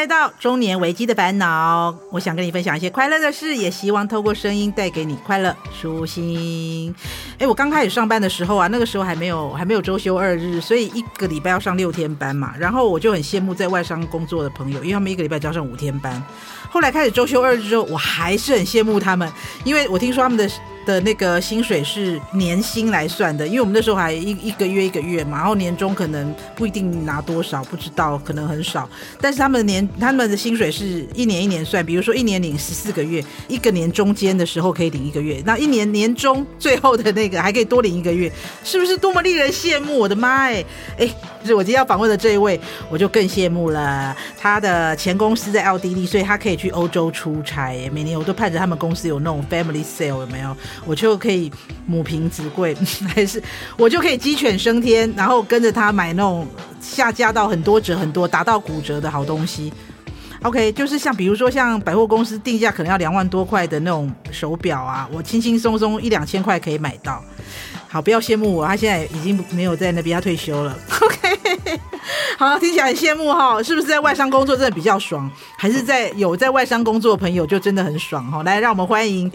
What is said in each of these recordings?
来到中年危机的烦恼，我想跟你分享一些快乐的事，也希望透过声音带给你快乐舒心。我刚开始上班的时候啊，那个时候还没有周休2日，所以一个礼拜要上6天班嘛，然后我就很羡慕在外商工作的朋友，因为他们一个礼拜就要上5天班。后来开始周休2日之后，我还是很羡慕他们，因为我听说他们的那个薪水是年薪来算的，因为我们那时候还一个月一个月嘛，然后年终可能不一定拿多少，不知道，可能很少，但是他们的薪水是一年一年算，比如说一年领14个月，一个年中间的时候可以领1个月，那一年年中最后的那个还可以多领1个月，是不是多么令人羡慕？我的妈就是我今天要访问的这一位，我就更羡慕了。他的前公司在奥地利，所以他可以去欧洲出差，每年我都盼着他们公司有那种 family sale， 有没有？我就可以母凭子贵，还是我就可以鸡犬升天，然后跟着他买那种下架到很多折很多，达到骨折的好东西。OK， 就是比如说像百货公司定价可能要2万多块的那种手表啊，我轻轻松松1-2千块可以买到。好，不要羡慕我，他现在已经没有在那边，他退休了。OK， 好，听起来很羡慕哈，是不是在外商工作真的比较爽？还是有在外商工作的朋友就真的很爽哈？来，让我们欢迎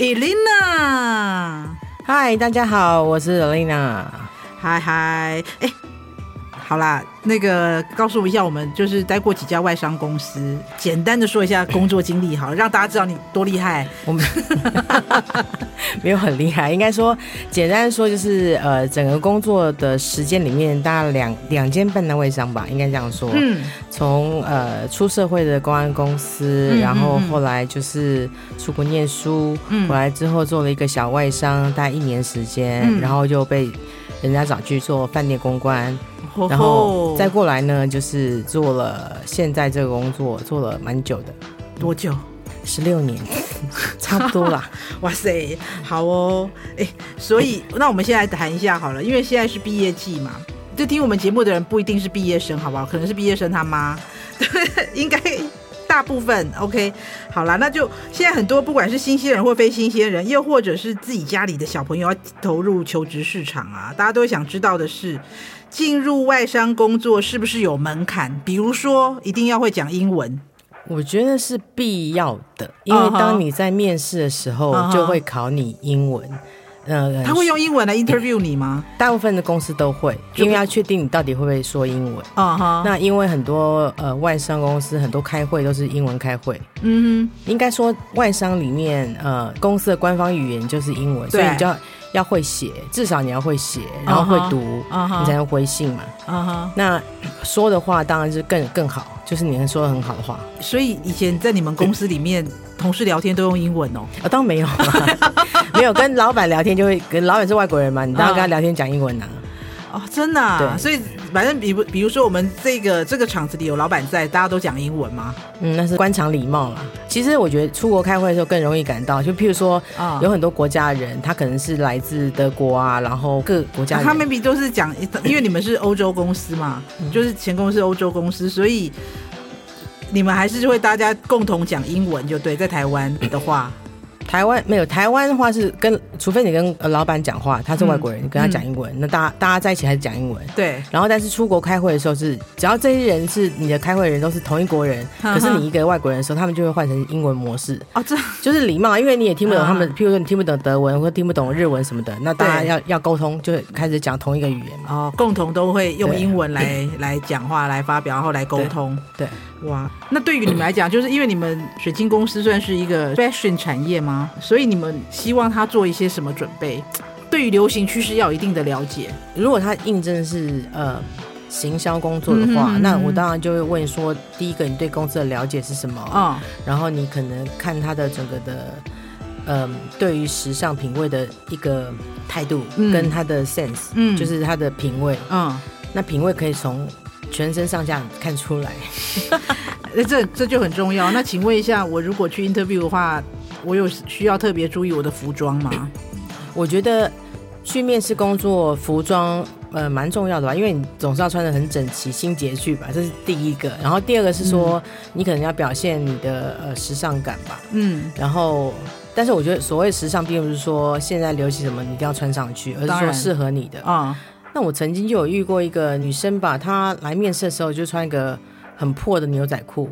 Elena。 嗨，大家好，我是 Elena。 嗨，好啦，那个告诉我一下，我们就是待过几家外商公司，简单的说一下工作经历好了，让大家知道你多厉害。 我们没有很厉害，应该说简单的说就是整个工作的时间里面大概两间半单位商吧，应该这样说。从出社会的公安公司，然后后来就是出国念书，回来之后做了一个小外商，大概1年时间，然后就被人家找去做饭店公关。然后再过来呢，就是做了现在这个工作，做了蛮久的。 多久 ？16年，差不多啦。 哇塞，好哦。所以那我们先来谈一下好了，因为现在是毕业季嘛，就听我们节目的人不一定是毕业生，好不好？可能是毕业生他妈，应该大部分 OK。 好啦，那就现在很多不管是新鲜人或非新鲜人，又或者是自己家里的小朋友要投入求职市场啊，大家都会想知道的是，进入外商工作是不是有门槛？比如说一定要会讲英文。 我觉得是必要的，因为当你在面试的时候就会考你英文。 他会用英文来 interview 你吗？ 大部分的公司都会，因为要确定你到底会不会说英文。那因为很多外商公司很多开会都是英文开会。应该说外商里面公司的官方语言就是英文，所以你就要会写，至少你要会写，然后会读，你才能回信嘛。那说的话当然是更好，就是你能说得很好的话。 所以以前在你们公司里面同事聊天都用英文哦？ 当然没有没有，跟老板聊天就会，跟老板是外国人嘛，你当然跟他聊天讲英文啊。 真的啊？所以反正比如说我们这个场子里有老板在，大家都讲英文吗？ 那是官场礼貌啦。其实我觉得出国开会的时候更容易感到，就譬如说有很多国家的人，他可能是来自德国啊，然后各国家的人， 他 maybe 都是讲，因为你们是欧洲公司嘛，就是前公司欧洲公司，所以你们还是会大家共同讲英文就对。在台湾的话， 台湾没有，台湾的话是除非你跟老板讲话，他是外国人，你跟他讲英文，那大家在一起还是讲英文。 对。 然后但是出国开会的时候是，只要这些人是你的开会的人都是同一国人，可是你一个外国人的时候，他们就会换成英文模式。这就是礼貌，因为你也听不懂他们，譬如说你听不懂德文或听不懂日文什么的，那大家要沟通，就开始讲同一个语言嘛。 共同都会用英文来讲话、来发表，然后来沟通。对。哇，那对于你们来讲，就是因为你们水晶公司算是一个 fashion 产业吗？所以你们希望他做一些什么准备？对于流行趋势要有一定的了解。如果他应征是行销工作的话，那我当然就会问说，第一个你对公司的了解是什么？然后你可能看他的整个的对于时尚品味的一个态度，跟他的 sense，就是他的品味。那品味可以从全身上下看出来。 这就很重要。那请问一下，我如果去 interview 的话，我有需要特别注意我的服装吗？ 我觉得去面试工作服装蛮重要的吧，因为你总是要穿得很整齐清洁去吧，这是第一个。然后第二个是说，你可能要表现你的时尚感吧。然后但是我觉得所谓时尚并不是说现在流行什么你一定要穿上去，而是说适合你的。那我曾经就有遇过一个女生吧，她来面试的时候就穿一个很破的牛仔裤，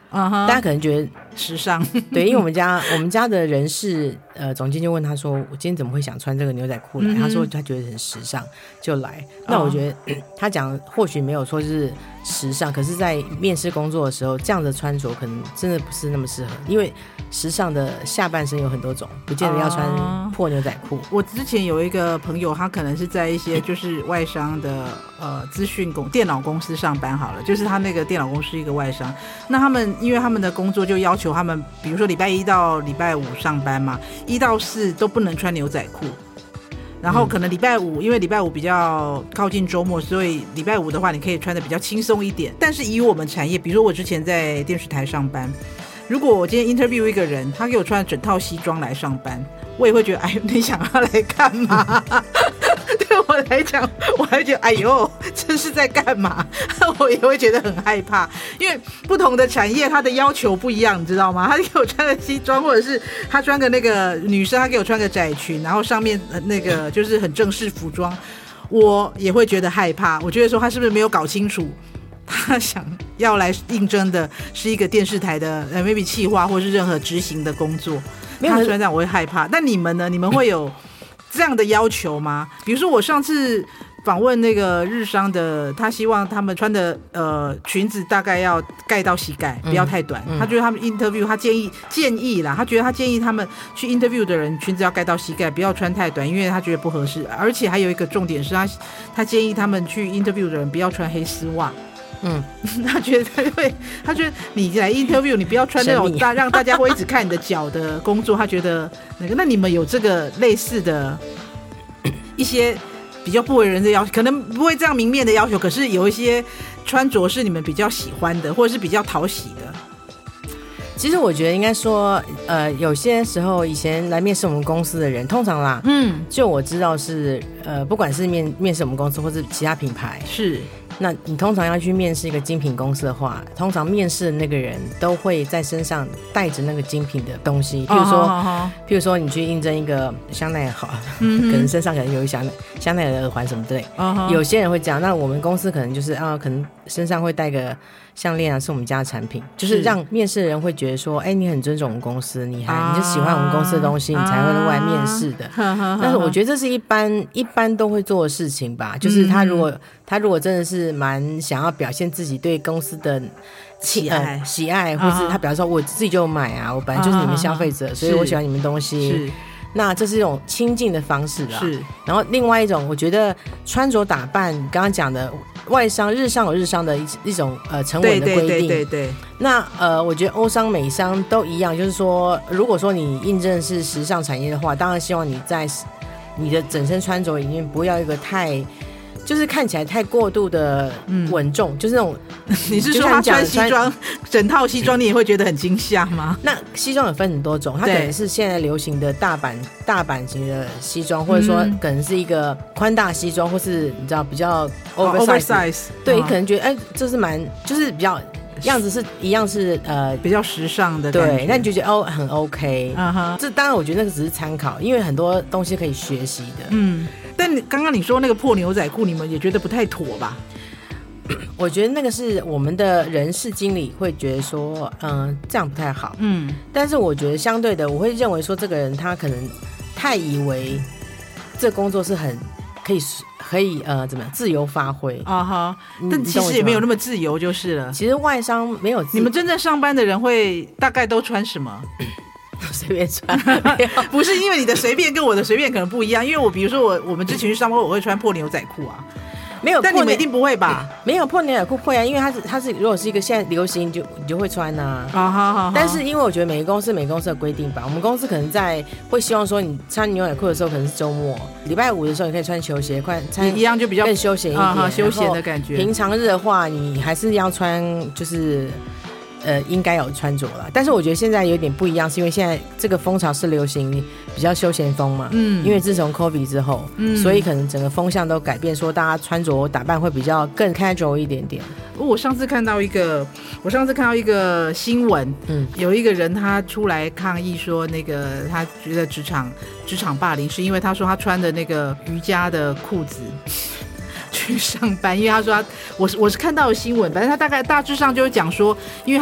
大家可能觉得时尚。 对，因为我们家的人事总监就问他说，我今天怎么会想穿这个牛仔裤来？他说他觉得很时尚就来。那我觉得他讲或许没有说是时尚，可是在面试工作的时候，这样的穿着可能真的不是那么适合，因为时尚的下半身有很多种，不见得要穿破牛仔裤。 我之前有一个朋友，他可能是在一些就是外商的资讯电脑公司上班好了，就是他那个电脑公司是一个外商，那他们因为他们的工作就要求他们，比如说礼拜一到礼拜五上班嘛，1到4都不能穿牛仔裤。然后可能礼拜五，因为礼拜五比较靠近周末，所以礼拜五的话你可以穿的比较轻松一点。但是以我们产业，比如说我之前在电视台上班，如果我今天 interview 一个人，他给我穿整套西装来上班，我也会觉得哎，你想要来干嘛？对我来讲，我还觉得哎呦，这是在干嘛？我也会觉得很害怕，因为不同的产业它的要求不一样，你知道吗？他给我穿个西装，或者是他穿个那个女生，他给我穿个窄裙，然后上面那个就是很正式服装，我也会觉得害怕。我觉得说他是不是没有搞清楚？他想要来应征的是一个电视台的maybe 企划或是任何执行的工作，他穿这样我会害怕。那你们呢？你们会有这样的要求吗？比如说我上次访问那个日商的，他希望他们穿的裙子大概要盖到膝盖，不要太短。他觉得他们 interview， 他建议啦，他觉得他建议他们去 interview 的人裙子要盖到膝盖，不要穿太短，因为他觉得不合适。而且还有一个重点是他建议他们去 interview 的人不要穿黑丝袜。他觉得你来 interview 你不要穿那种让大家会一直看你的脚的工作，他觉得那你们有这个类似的一些比较不为人的要求，可能不会这样明面的要求，可是有一些穿着是你们比较喜欢的，或者是比较讨喜的。 其实我觉得应该说，有些时候以前来面试我们公司的人，通常啦，就我知道是，不管是面试我们公司或是其他品牌， 是。 那你通常要去面试一个精品公司的话，通常面试的那个人都会在身上带着那个精品的东西，譬如说你去应征一个香奈儿好，可能身上可能有一香奈儿的耳环什么之类，有些人会这样。那我们公司可能就是可能身上会带个项链啊，是我们家的产品，就是让面试的人会觉得说，你很尊重我们公司，你就喜欢我们公司的东西，你才会来面试的。但是我觉得这是一般都会做的事情吧，就是他如果真的是蛮想要表现自己对公司的喜爱，或是他表示说我自己就买啊，我本来就是你们消费者，所以我喜欢你们东西。那这是一种亲近的方式啦。是。然后另外一种，我觉得穿着打扮，刚刚讲的外商、日商有日商的一种成文的规定。对。那我觉得欧商、美商都一样，就是说，如果说你应征的是时尚产业的话，当然希望你在你的整身穿着里面不要一个就是看起来太过度的稳重，就是那种你是说他穿西装整套西装你也会觉得很惊吓吗？ 那西装有分很多种，它可能是现在流行的大版型的西装，或者说可能是一个宽大西装，或是你知道比较 oversize， 对，你可能觉得这是就是比较样子是一样是比较时尚的感觉， 对，那你就觉得很 OK。这当然我觉得那个只是参考，因为很多东西可以学习的。 但刚刚你说那个破牛仔裤，你们也觉得不太妥吧？ 我觉得那个是我们的人事经理会觉得说，这样不太好。但是我觉得相对的，我会认为说这个人他可能太以为这工作是很可以怎么样自由发挥但其实也没有那么自由就是了。 其实外商没有你们真正上班的人会大概都穿什么？ 随便穿不是因为你的随便跟我的随便可能不一样，因为我比如说我们之前去上班我会穿破牛仔裤啊， 没有， 但你们一定不会吧？ 没有破牛仔裤会啊，因为它是如果是一个现在流行，你就会穿啊。但是因为我觉得每个公司的规定吧，我们公司可能会希望说你穿牛仔裤的时候可能是周末，礼拜五的时候你可以穿球鞋， 一样就比较更休闲一点， 休闲的感觉。 平常日的话，你还是要穿就是应该有穿着啦，但是我觉得现在有点不一样，是因为现在这个风潮是流行比较休闲风嘛，因为自从 COVID 之后，所以可能整个风向都改变，说大家穿着打扮会比较更 casual 一点点。 我上次看到一个新闻，有一个人他出来抗议说，那个他觉得职场霸凌是因为他说他穿的那个瑜伽的裤子去上班，因为他说我是看到的新闻，反正他大致上就是讲说，因为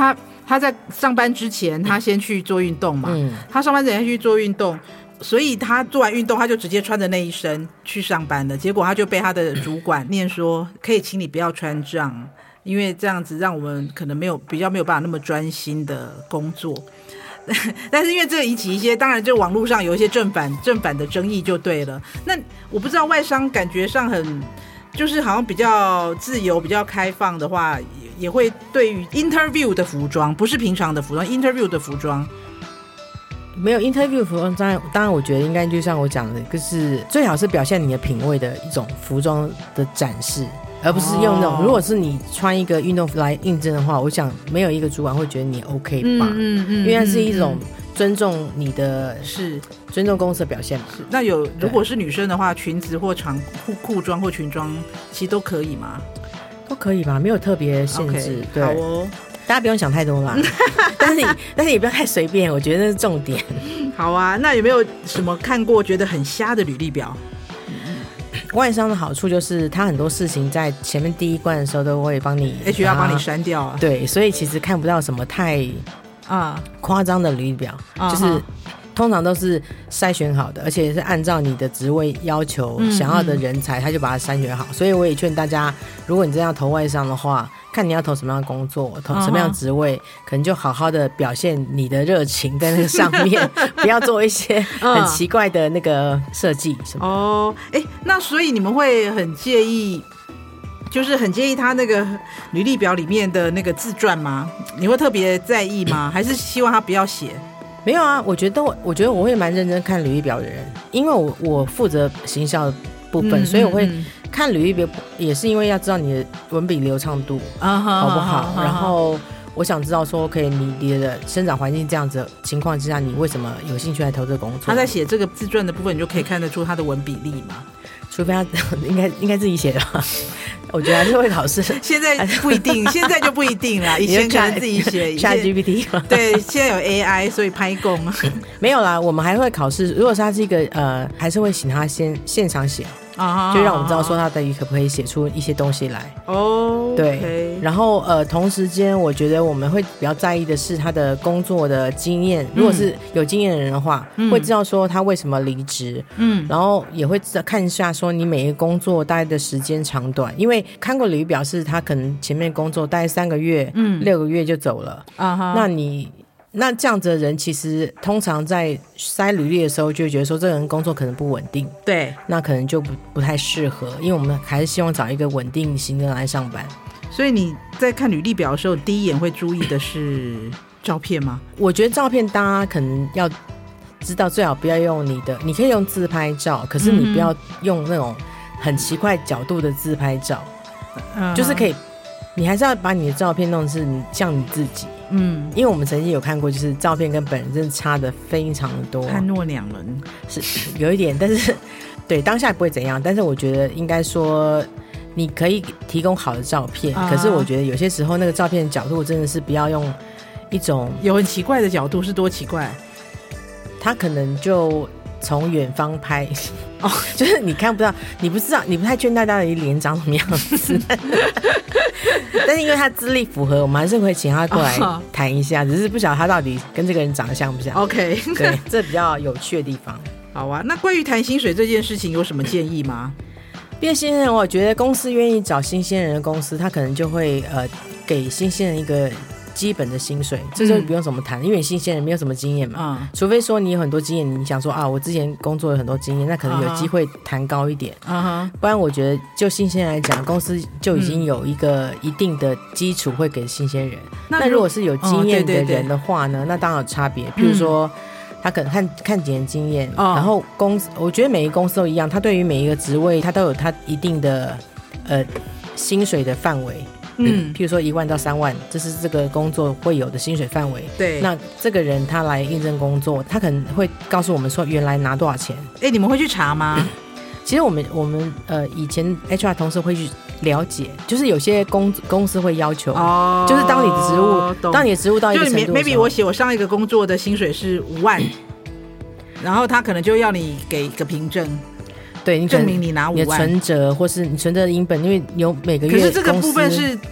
他在上班之前他先去做运动嘛，他上班之前去做运动，所以他做完运动他就直接穿着那一身去上班了，结果他就被他的主管念说可以请你不要穿这样，因为这样子让我们可能比较没有办法那么专心的工作。但是因为这个引起一些，当然就网络上有一些正反的争议就对了。那我不知道外商感觉上很就是好像比较自由比较开放的话，也会对于 interview 的服装，不是平常的服装， interview 的服装没有 interview 服装，当然我觉得应该就像我讲的，就是最好是表现你的品味的一种服装的展示，而不是用那种如果是你穿一个运动服来应征的话，我想没有一个主管会觉得你 OK 吧，因为它是一种尊重你的，是尊重公司的表现嘛。 那如果是女生的话，裙子或长裤装或裙装其实都可以吗？ 都可以吧，没有特别限制。对， 好哦， 大家不用想太多啦。但是也不要太随便，我觉得那是重点。 好啊，那有没有什么看过觉得很瞎的履历表？ 外商的好处就是他很多事情在前面第一关的时候都会帮你 HR 帮你删掉啊。 对，所以其实看不到什么太夸张的履历表，就是通常都是筛选好的，而且是按照你的职位要求想要的人才，他就把它筛选好。所以我也劝大家，如果你真要投外商的话，看你要投什么样的工作，投什么样的职位，可能就好好的表现你的热情在那个上面，不要做一些很奇怪的那个设计什么的。 那所以你们会很介意，就是很介意他那个履历表里面的那个自传吗？你会特别在意吗？还是希望他不要写？ 没有啊，我觉得我会蛮认真看履历表的人，因为我负责行销的部分，所以我会看履历表，也是因为要知道你的文笔流畅度好不好，然后我想知道说，OK，你的生长环境这样子的情况之下，你为什么有兴趣来投这个工作？ 他在写这个自传的部分，你就可以看得出他的文笔力嘛。 除非他应该自己写的吧，我觉得还是会考试。 现在不一定，现在就不一定了。以前可能自己写 ，ChatGPT 对，现在有 AI， 所以拍供没有啦。我们还会考试，如果是他是一个还是会请他先现场写。就让我们知道说他到底可不可以写出一些东西来。对，然后同时间我觉得我们会比较在意的是他的工作的经验，如果是有经验的人的话，会知道说他为什么离职，然后也会看一下说你每一个工作大概的时间长短，因为看过履历表示他可能前面工作大概3个月、6个月就走了，那这样子的人其实通常在筛履历的时候就会觉得说这个人工作可能不稳定， 对， 那可能就不太适合，因为我们还是希望找一个稳定型的人来上班。 所以你在看履历表的时候，第一眼会注意的是照片吗？ 我觉得照片大家可能要知道，最好不要用你可以用自拍照，可是你不要用那种很奇怪角度的自拍照，就是可以，你还是要把你的照片弄成是像你自己。因为我们曾经有看过，就是照片跟本人真的差的非常的多， 判若两人， 是有一点，但是对当下不会怎样，但是我觉得应该说你可以提供好的照片，可是我觉得有些时候那个照片的角度真的是不要用一种有很奇怪的角度，是多奇怪？ 他可能就从远方拍就是你看不到，你不知道，你不太确定大家的脸长什么样子但是因为他资历符合，我们还是会请他过来谈一下，只是不晓得他到底跟这个人长得像不像。 OK 对，这比较有趣的地方。 好啊，那关于谈薪水这件事情有什么建议吗？ 变新鲜人，我觉得公司愿意找新鲜人的公司，他可能就会给新鲜人一个基本的薪水，这就不用怎么谈，因为你新鲜人没有什么经验嘛，除非说你有很多经验，你想说我之前工作有很多经验，那可能有机会谈高一点，不然我觉得就新鲜人来讲，公司就已经有一个一定的基础会给新鲜人。那如果是有经验的人的话呢，那当然有差别，譬如说他可能看几年经验，然后我觉得每一个公司都一样，他对于每一个职位他都有他一定的薪水的范围，譬如说1万到3万，这是这个工作会有的薪水范围。 对， 那这个人他来应征工作，他可能会告诉我们说原来拿多少钱。 你们会去查吗？ 其实我们以前 HR 同事会去了解，就是有些公司会要求，就是当你的职务到一个程度的时候，就 maybe 我上一个工作的薪水是5万，然后他可能就要你给一个凭证。 对，你证明你拿5万， 你的存折或是你存折的银本，因为有每个月， 可是这个部分是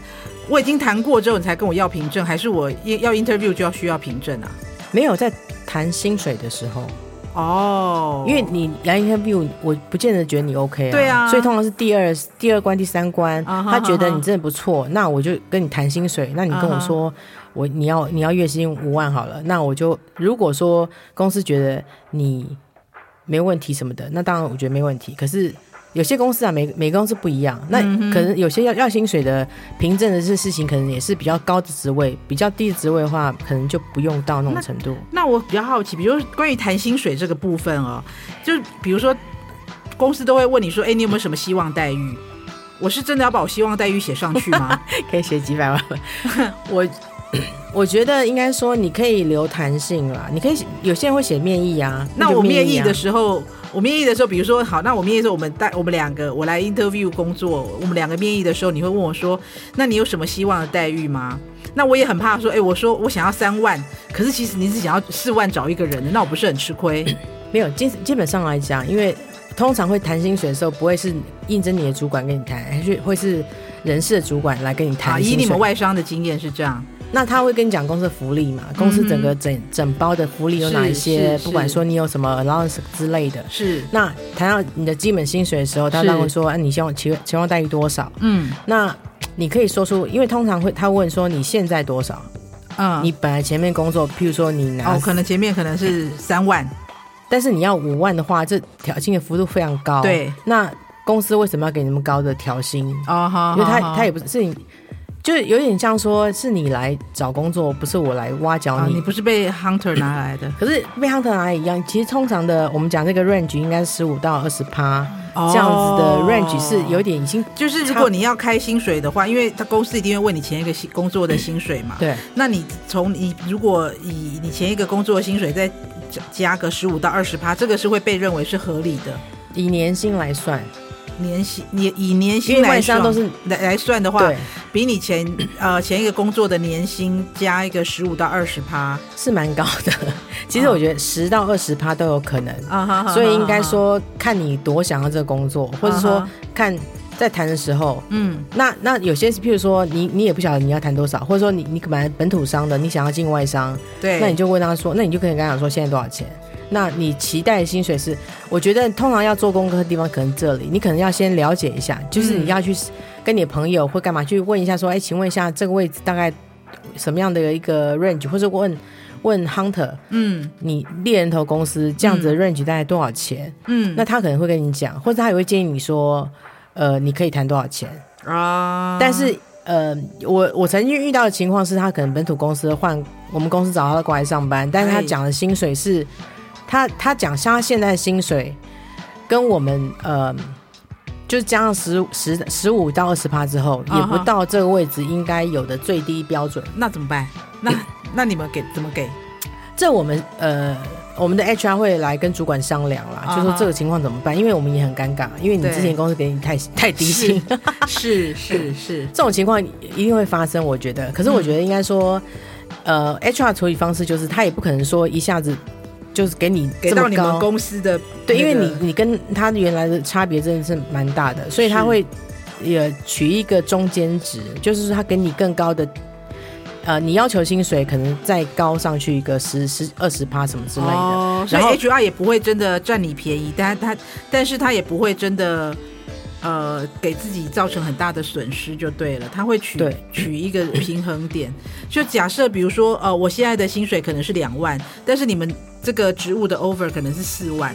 我已经谈过之后你才跟我要凭证，还是我要 interview 就要需要凭证啊？ 没有，在谈薪水的时候。 哦， 因为你来 interview 我不见得觉得你 OK 啊， 对啊， 所以通常是第二关第三关，他觉得你真的不错，那我就跟你谈薪水，那你跟我说你要月薪5万好了，那我就如果说公司觉得你没问题什么的，那当然我觉得没问题，可是有些公司啊，每个公司不一样，那可能有些要薪水的凭证的事情，可能也是比较高的职位，比较低的职位的话，可能就不用到那种程度。 那我比较好奇，比如说关于谈薪水这个部分哦，就比如说公司都会问你说，你有没有什么希望待遇？我是真的要把我希望待遇写上去吗？ 可以写几百万。我觉得应该说你可以留弹性啦，你可以有些人会写面议啊。 那我面议的时候，比如说好，那我面议的时候，我们两个我来 interview 工作，我们两个面议的时候，你会问我说，那你有什么希望的待遇吗？那我也很怕说，我说我想要3万，可是其实你是想要4万找一个人的，那我不是很吃亏？ 没有，基本上来讲，因为通常会谈薪水的时候，不会是应征你的主管跟你谈，还是会是人事的主管来跟你谈薪水。 以你们外商的经验是这样。 那他会跟你讲公司的福利嘛？公司整个整包的福利有哪一些？不管说你有什么 allowance 之类的。 是。那谈到你的基本薪水的时候，他当然会说，你希望期望待遇多少？那你可以说出，因为通常他问说你现在多少？你本来前面工作，譬如说你拿可能前面可能是3万， 但是你要5万的话，这调薪的幅度非常高。 对。 那公司为什么要给你那么高的调薪？因为他也不是你。就有点像说是你来找工作，不是我来挖角你。 你不是被 hunter 拿来的。 可是被 hunter 拿来一样，其实通常的我们讲这个 range 应该是15%到20%，这样子的 range 是有点已经就是如果你要开薪水的话，因为他公司一定会问你前一个工作的薪水嘛。 对。那你如果以你前一个工作的薪水再加个15%到20%，这个是会被认为是合理的。 以年薪来算。 以年薪来算， 都是来算的话，比你前一个工作的年薪加一个15%到20% 是蛮高的。其实我觉得10%到20%都有可能，所以应该说看你多想要这个工作，或者说看在谈的时候，那有些是譬如说你也不晓得你要谈多少，或者说你本来本土商的，你想要进外商， 对， 那你就问他说，那你就可以跟他讲说现在多少钱。那你期待的薪水是，我觉得通常要做功课的地方可能这里，你可能要先了解一下，就是你要去跟你的朋友或干嘛去问一下说，请问一下这个位置大概什么样的一个 range， 或者问 hunter， 你猎人头公司这样子的 range 大概多少钱？那他可能会跟你讲，或者他也会建议你说，你可以谈多少钱啊？但是我曾经遇到的情况是，他可能本土公司换我们公司找他过来上班，但是他讲的薪水是。他讲像他现在的薪水跟我们就是加上15%到20%之后，也不到这个位置应该有的最低标准。 那怎么办？那你们怎么给？ 这我们的 HR 会来跟主管商量啦，就说这个情况怎么办？因为我们也很尴尬，因为你之前公司给你太低薪， 是这种情况一定会发生，我觉得。可是我觉得应该说HR 处理方式就是他也不可能说一下子。就是给到你们公司的、 对，因为你跟他原来的差别真的是蛮大的，所以他会也取一个中间值，就是说他给你更高的，你要求薪水可能再高上去一个10%、20%什么之类的， 然后 HR 也不会真的占你便宜，但是他也不会真的。给自己造成很大的损失就对了，他会取一个平衡点。就假设比如说我现在的薪水可能是2万，但是你们这个职务的 over 可能是4万，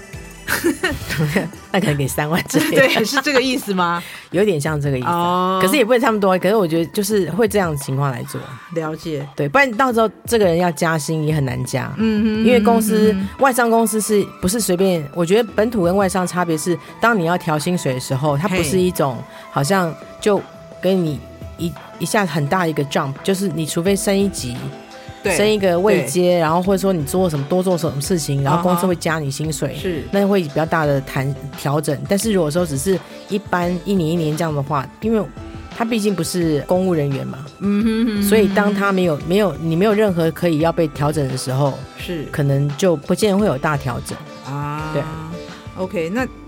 那可能给3万之类的。 对，是这个意思吗？ 有点像这个意思，可是也不会差不多。可是我觉得就是会这样的情况来做。 了解， 对，不然到时候这个人要加薪也很难加。因为公司外商公司是不是随便？我觉得本土跟外商差别是，当你要调薪水的时候，它不是一种好像就给你一下很大一个 jump， 就是你除非升一级。升一个位阶，然后或者说你多做什么事情，然后公司会加你薪水， 是那会比较大的调整。但是如果说只是一般一年这样的话，因为他毕竟不是公务人员嘛，所以当他你没有任何可以要被调整的时候， 是可能就不见得会有大调整啊。 对 ，OK， 那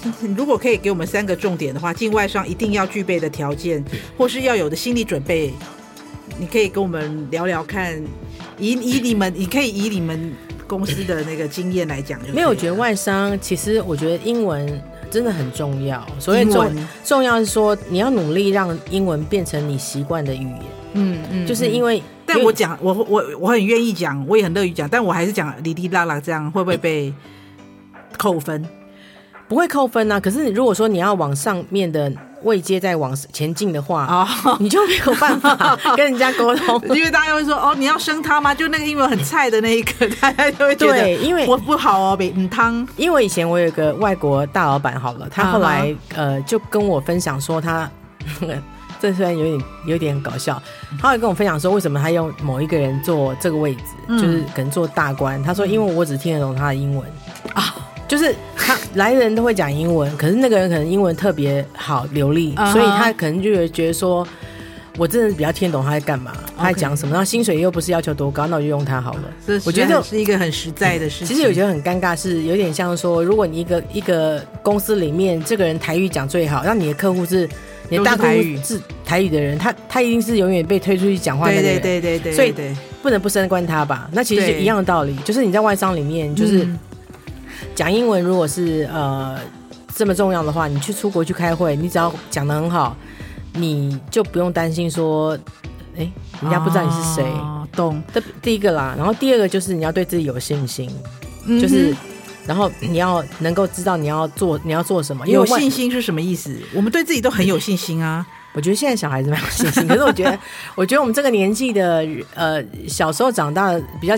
如果可以给我们3个重点的话，进外商一定要具备的条件，或是要有的心理准备，你可以跟我们聊聊看。以你可以以你们公司的那个经验来讲， 没有，我觉得外商其实我觉得英文真的很重要。所谓重要是说你要努力让英文变成你习惯的语言。就是因为， 但我讲我很愿意讲，我也很乐于讲，但我还是讲哩哩啦啦，这样会不会被扣分？ 不会扣分啊。可是如果说你要往上面的位阶再往前进的话，你就没有办法跟人家沟通。 因为大家会说你要升他吗？就那个英文很菜的那一个，大家就会觉得对，因为我不好哦，很汤。因为以前我有一个外国大老板，好了，他后来就跟我分享说他这虽然有点搞笑，他会跟我分享说为什么他用某一个人做这个位置，就是可能做大官。他说因为我只听得懂他的英文就是他来的人都会讲英文，可是那个人可能英文特别好流利，所以他可能就觉得说我真的比较听得懂他在干嘛，他在讲什么，然后薪水又不是要求多高，那我就用他好了。 我觉得是一个很实在的事情。 其实我觉得很尴尬，是有点像说，如果你一个公司里面这个人台语讲最好，让你的客户是你的大客户是台语的人，他一定是永远被推出去讲话的那个人。对，所以不能不升官他吧。那其实就一样的道理，就是你在外商里面就是讲英文，如果是这么重要的话，你去出国去开会，你只要讲得很好，你就不用担心说人家不知道你是谁。 懂。 这第一个啦，然后第二个就是你要对自己有信心，就是然后你要能够知道你要做什么。 有信心是什么意思？我们对自己都很有信心啊。 我觉得现在小孩子蛮有信心，可是我觉得我们这个年纪的小时候长大的比较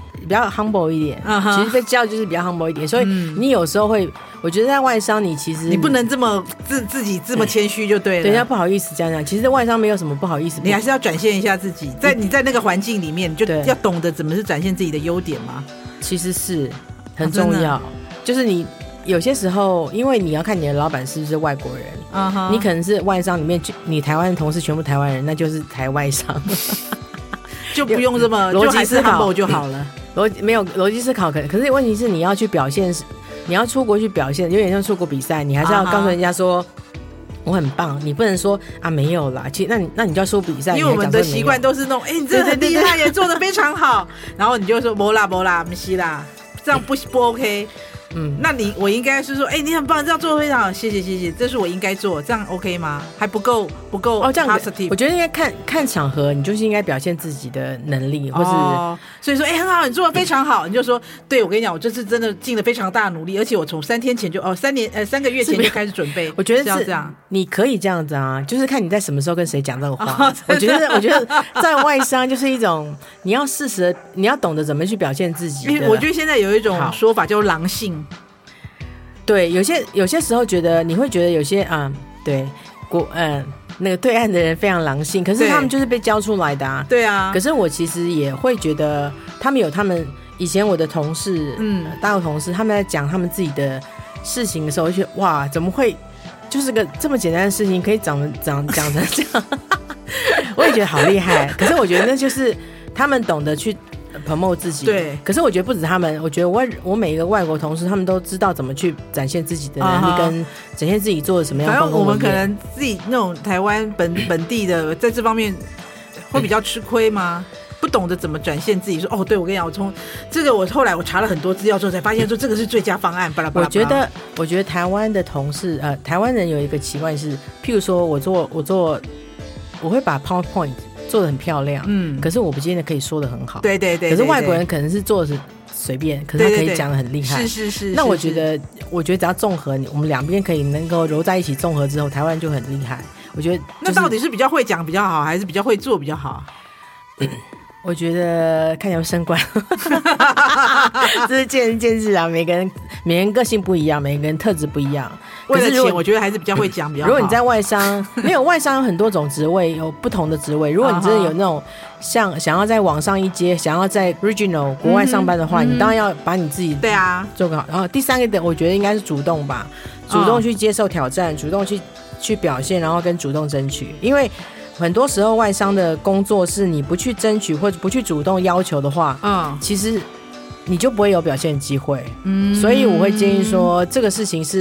humble 一点，其实被教就是比较 humble 一点，所以你有时候会，我觉得在外商你其实你不能这么自己这么谦虚就对了， 人家不好意思这样讲。其实在外商没有什么不好意思， 你还是要展现一下自己，你在那个环境里面，你就要懂得怎么是展现自己的优点嘛。 其实是很重要，就是你。有些时候因为你要看你的老板是不是外国人，你可能是外商里面你台湾的同事全部台湾人，那就是台外商就不用这么逻辑思考就好了。 没有逻辑思考可是问题是你要去表现，你要出国去表现，有点像出国比赛，你还是要告诉人家说我很棒，你不能说没有啦。其实那你就要输比赛， 因为我们的习惯都是那种你真的很厉害耶，做得非常好，然后你就说没啦不是啦，这样不 OK。那我应该是说你很棒，这样做得非常好，谢谢，这是我应该做，这样 OK 吗？还不够这样 positive。 我觉得应该看场合，你就是应该表现自己的能力，或是所以说很好，你做得非常好，你就说对，我跟你讲，我这次真的尽了非常大的努力，而且我从3天前就3个月前就开始准备。 我觉得是要这样， 你可以这样子啊，就是看你在什么时候跟谁讲这个话。我觉得在外商就是一种你要适时的，你要懂得怎么去表现自己的。 因为我觉得现在有一种说法叫狼性。 对，有些时候你会觉得有些对那个对岸的人非常狼性，可是他们就是被教出来的啊。 对啊。 可是我其实也会觉得他们有他们以前我的同事，大陆同事，他们在讲他们自己的事情的时候，我就觉得哇，怎么会就是个这么简单的事情可以讲成这样？我也觉得好厉害。可是我觉得那就是他们懂得去promote 自己。 对， 可是我觉得不止他们，我觉得我每一个外国同事，他们都知道怎么去展现自己的能力，跟展现自己做的什么样的丰功伟业。 反正我们可能自己那种台湾本地的，在这方面会比较吃亏吗？不懂得怎么展现自己，说对，我跟你讲，我从这个我后来我查了很多资料之后，才发现说这个是最佳方案。巴拉巴拉。 我觉得台湾的同事，台湾人有一个习惯是，譬如说我会把 PowerPoint做得很漂亮，可是我不见得可以说得很好。 对。 可是外国人可能是做的随便，可是他可以讲得很厉害。 是。 那我觉得只要综合，我们两边可以能够揉在一起，综合之后，台湾就很厉害。我觉得那到底是比较会讲比较好，还是比较会做比较好？ 我觉得看有没有升官，这是见仁见智啊。每个人个性不一样，每个人特质不一样。 为了钱，我觉得还是比较会讲比较好。 如果你在外商，没有外商有很多种职位，有不同的职位。如果你真的有那种想要在往上一阶，想要在 regional 国外上班的话，你当然要把你自己做更好。然后第三个点，我觉得应该是主动吧，主动去接受挑战，主动去表现，然后跟主动争取。因为很多时候外商的工作是你不去争取或者不去主动要求的话，其实你就不会有表现机会。所以我会建议说，这个事情是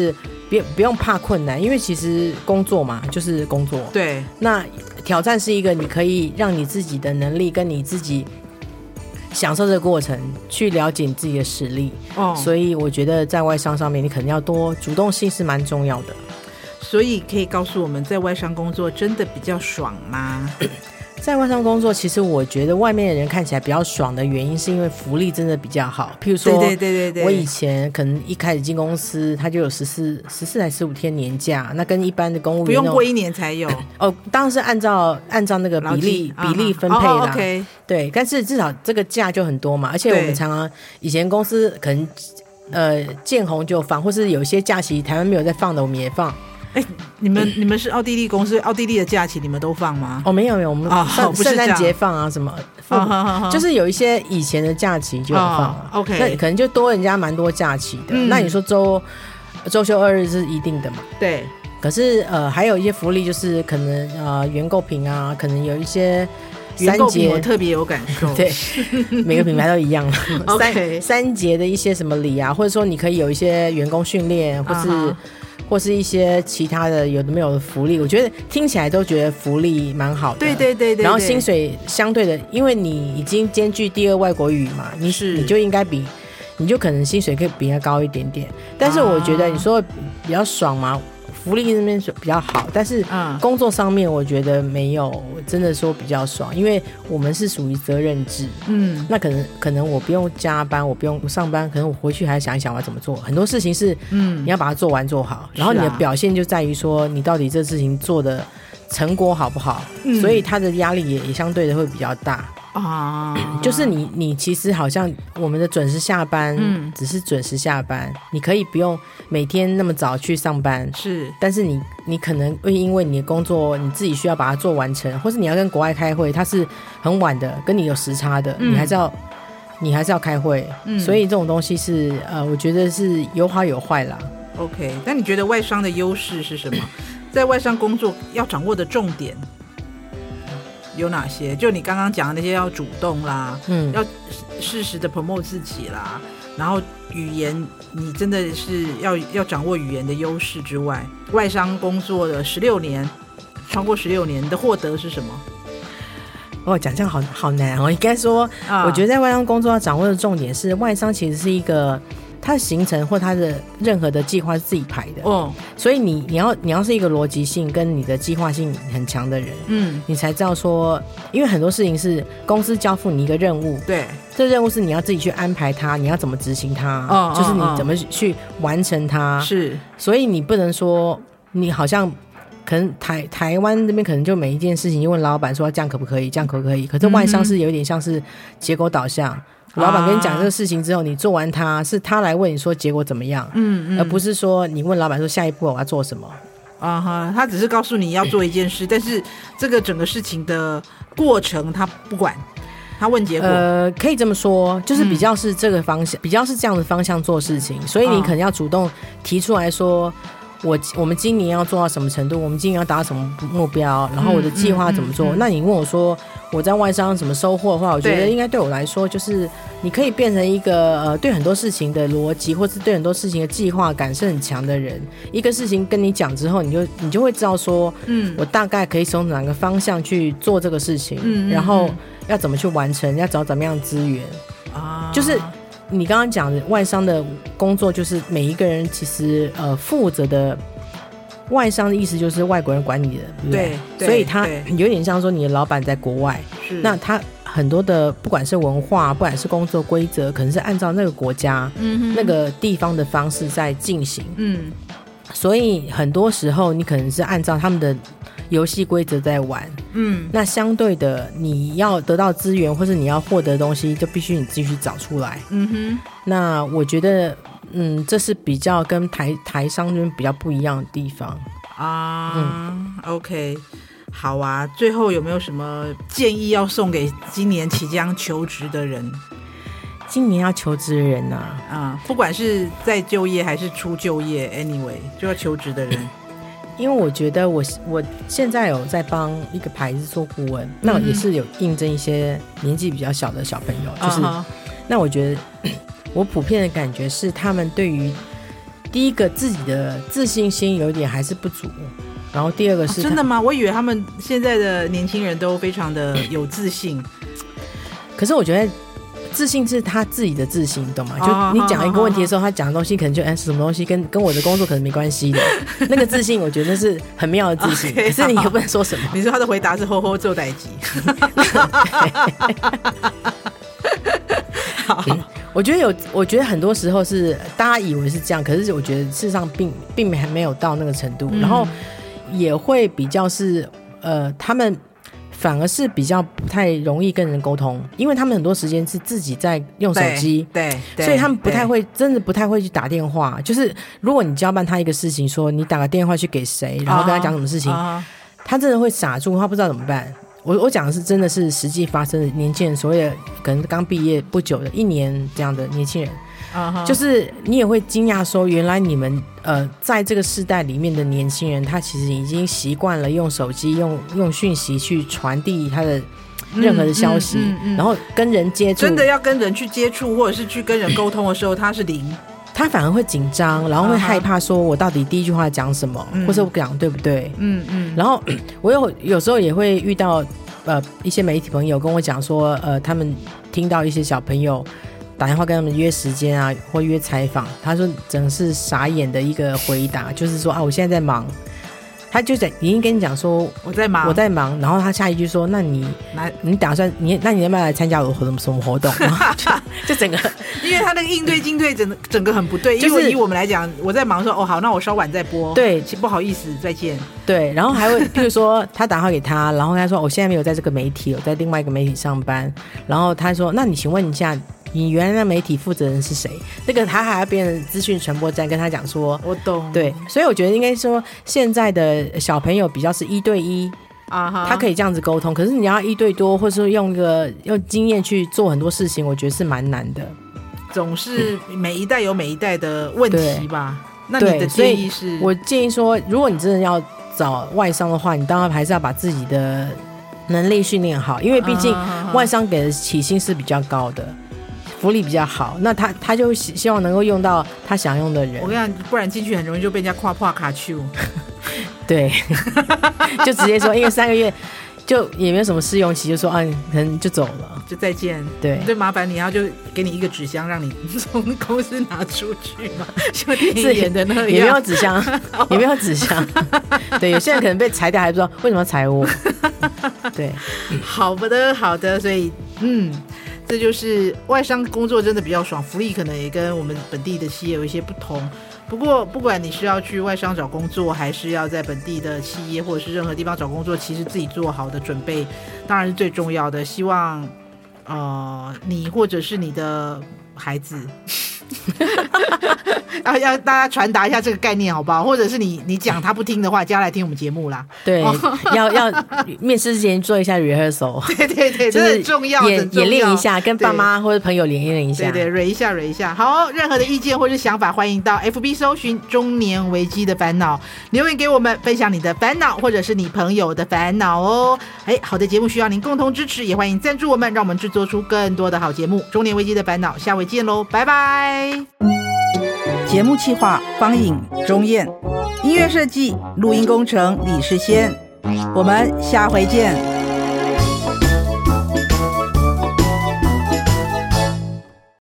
不用怕困难，因为其实工作嘛就是工作， 对， 那挑战是一个你可以让你自己的能力跟你自己享受这个过程，去了解你自己的实力。所以我觉得在外商上面你可能要多主动性是蛮重要的。 所以可以告诉我们在外商工作真的比较爽吗？ 在外商工作，其实我觉得外面的人看起来比较爽的原因是因为福利真的比较好。譬如说对，我以前可能一开始进公司他就有14还15天年假，那跟一般的公务员不用过1年才有当然是按照那个比例分配啦 ，OK， 对，但是至少这个假就很多嘛，而且我们常常以前公司可能见红就放，或是有些假期台湾没有在放的我们也放。 你们是奥地利公司，奥地利的假期你们都放吗？ 没有，我们圣诞节放啊什么，就是有一些以前的假期就有放 ，OK， 那可能就多人家蛮多假期的。那你说周休2日是一定的嘛？ 对。 可是还有一些福利，就是可能原购品啊，可能有一些3节我特别有感受。 对，每个品牌都一样。3节的一些什么礼啊，或者说你可以有一些员工训练，或是一些其他的有的没有的福利，我觉得听起来都觉得福利蛮好的。对，然后薪水相对的，因为你已经兼具第2外国语嘛，你就应该你就可能薪水可以比它高一点点。但是我觉得你说比较爽嘛，福利那边比较好，但是工作上面我觉得没有真的说比较爽，因为我们是属于责任制。那可能我不用加班，我不用上班，可能我回去还想一想我要怎么做。很多事情是你要把它做完做好，然后你的表现就在于说你到底这事情做的成果好不好，所以他的压力也相对的会比较大。就是你其实好像我们的准时下班，只是准时下班，你可以不用每天那么早去上班，是，但是你可能会因为你的工作你自己需要把它做完成，或是你要跟国外开会，它是很晚的，跟你有时差的，你还是要开会，所以这种东西是我觉得是有好有坏啦。 OK， 那你觉得外商的优势是什么？在外商工作要掌握的重点有哪些？就你刚刚讲的那些，要主动啦，要适时的 promote 自己啦，然后语言你真的是要掌握语言的优势之外，外商工作的16年，超过16年，你的获得是什么？ 讲这样好难应该说，我觉得在外商工作要掌握的重点是，外商其实是一个它的行程或它的任何的计划是自己排的，所以你要是一个逻辑性跟你的计划性很强的人，你才知道说，因为很多事情是公司交付你一个任务，对，这任务是你要自己去安排它，你要怎么执行它，就是你怎么去完成它，是，所以你不能说你好像可能台湾这边可能就每一件事情就问老板说这样可不可以，这样可不可以，可是外商是有点像是结果导向。老板跟你讲这个事情之后，你做完它是他来问你说结果怎么样，而不是说你问老板说下一步我要做什么。 他只是告诉你要做一件事，但是这个整个事情的过程他不管，他问结果。 可以这么说，就是比较是这个方向，比较是这样的方向做事情，所以你可能要主动提出来说，我们今年要做到什么程度，我们今年要达到什么目标，然后我的计划怎么做。那你问我说我在外商什么收获的话，我觉得应该对我来说就是你可以变成一个对很多事情的逻辑或是对很多事情的计划感是很强的人。一个事情跟你讲之后，你就会知道说我大概可以从哪个方向去做这个事情，然后要怎么去完成，要找怎么样的资源就是你刚刚讲的外商的工作，就是每一个人其实负责的，外商的意思就是外国人管理的，对，所以他有点像说你的老板在国外，那他很多的不管是文化，不管是工作规则，可能是按照那个国家、那个地方的方式在进行，所以很多时候你可能是按照他们的游戏规则在玩，那相对的你要得到资源或是你要获得的东西就必须你自己去找出来，那我觉得这是比较跟台商这边比较不一样的地方 OK， 好啊，最后有没有什么建议要送给今年即将求职的人？ 今年要求职的人不管是在就业还是出就业 anyway 就要求职的人， 因为我觉得我现在有在帮一个牌子做顾问，那也是有应征一些年纪比较小的小朋友，就是那我觉得我普遍的感觉是他们对于第一个自己的自信心有点还是不足，然后第二个是、 真的吗？我以为他们现在的年轻人都非常的有自信。 可是我觉得自信是他自己的自信，懂吗？就你讲一个问题的时候，他讲的东西可能就是什么东西跟我的工作可能没关系的那个自信，我觉得是很妙的自信。可是你又不能说什么。 你说他的回答是吼吼做代志。好。 我觉得很多时候是大家以为是这样，可是我觉得事实上并没有到那个程度，然后也会比较是他们反而是比较不太容易跟人沟通，因为他们很多时间是自己在用手机， 对， 所以他们不太会，真的不太会去打电话。就是如果你交办他一个事情，说你打个电话去给谁，然后跟他讲什么事情，他真的会傻住，他不知道怎么办。我讲的是真的是实际发生的年轻人，所谓的可能刚毕业不久的1年这样的年轻人，就是你也会惊讶说，原来你们在这个世代里面的年轻人，他其实已经习惯了用手机用讯息去传递他的任何的消息，然后跟人接触， 真的要跟人去接触或者是去跟人沟通的时候，他是零。 他反而会紧张，然后会害怕说我到底第一句话讲什么，或者我讲对不对。然后我有时候也会遇到一些媒体朋友跟我讲说他们听到一些小朋友打电话跟他们约时间啊，或约采访，他说整是傻眼的一个回答，就是说我现在在忙。他就已经跟你讲说我在忙，然后他下一句说那你打算那你要不要来参加我什么活动？就整个， 因为他那个应对进退整个很不对，因为以我们来讲，我在忙说好，那我稍晚再播， 对， 不好意思，再见。 对，然后还会譬如说他打电话给他，然后他说我现在没有在这个媒体，我在另外一个媒体上班，然后他说那你请问一下你原来那媒体负责人是谁？那个他还要变成资讯传播站跟他讲说， 我懂。 对，所以我觉得应该说现在的小朋友比较是1对1他可以这样子沟通，可是你要1对多，或者说用经验去做很多事情，我觉得是蛮难的。 总是每一代有每一代的问题吧。那你的建议是？ 我建议说，如果你真的要找外商的话，你当然还是要把自己的能力训练好，因为毕竟外商给的起薪是比较高的。福利比较好，那他就希望能够用到他想用的人。 我跟你讲，不然进去很容易就被人家跨卡丘。 对，就直接说，因为3个月就也没有什么试用期，就说可能就走了， 就再见。 对， 就麻烦你，然后就给你一个纸箱，让你从公司拿出去嘛，像电影演的那样。 也没有纸箱，也没有纸箱。对，有些人可能被裁掉，还不知道为什么要裁我。对， 好的，所以这就是外商工作真的比较爽，福利可能也跟我们本地的企业有一些不同。不过不管你是要去外商找工作，还是要在本地的企业或者是任何地方找工作，其实自己做好的准备当然是最重要的。希望你或者是你的孩子要大家传达一下这个概念好不好？或者是你讲他不听的话，叫他来听我们节目啦。 对，要面试之前做一下 rehearsal。 对，这很重要， 演练一下，跟爸妈或者朋友演练一下。 对，蕊一下。好，任何的意见或是想法，欢迎到 FB 搜寻中年危机的烦恼，留言给我们，分享你的烦恼或者是你朋友的烦恼哦。好的节目需要您共同支持，也欢迎赞助我们，让我们制作出更多的好节目。中年危机的烦恼，下回见喽，拜拜。节目企划方颖、钟燕，音乐设计、录音工程李世先，我们下回见。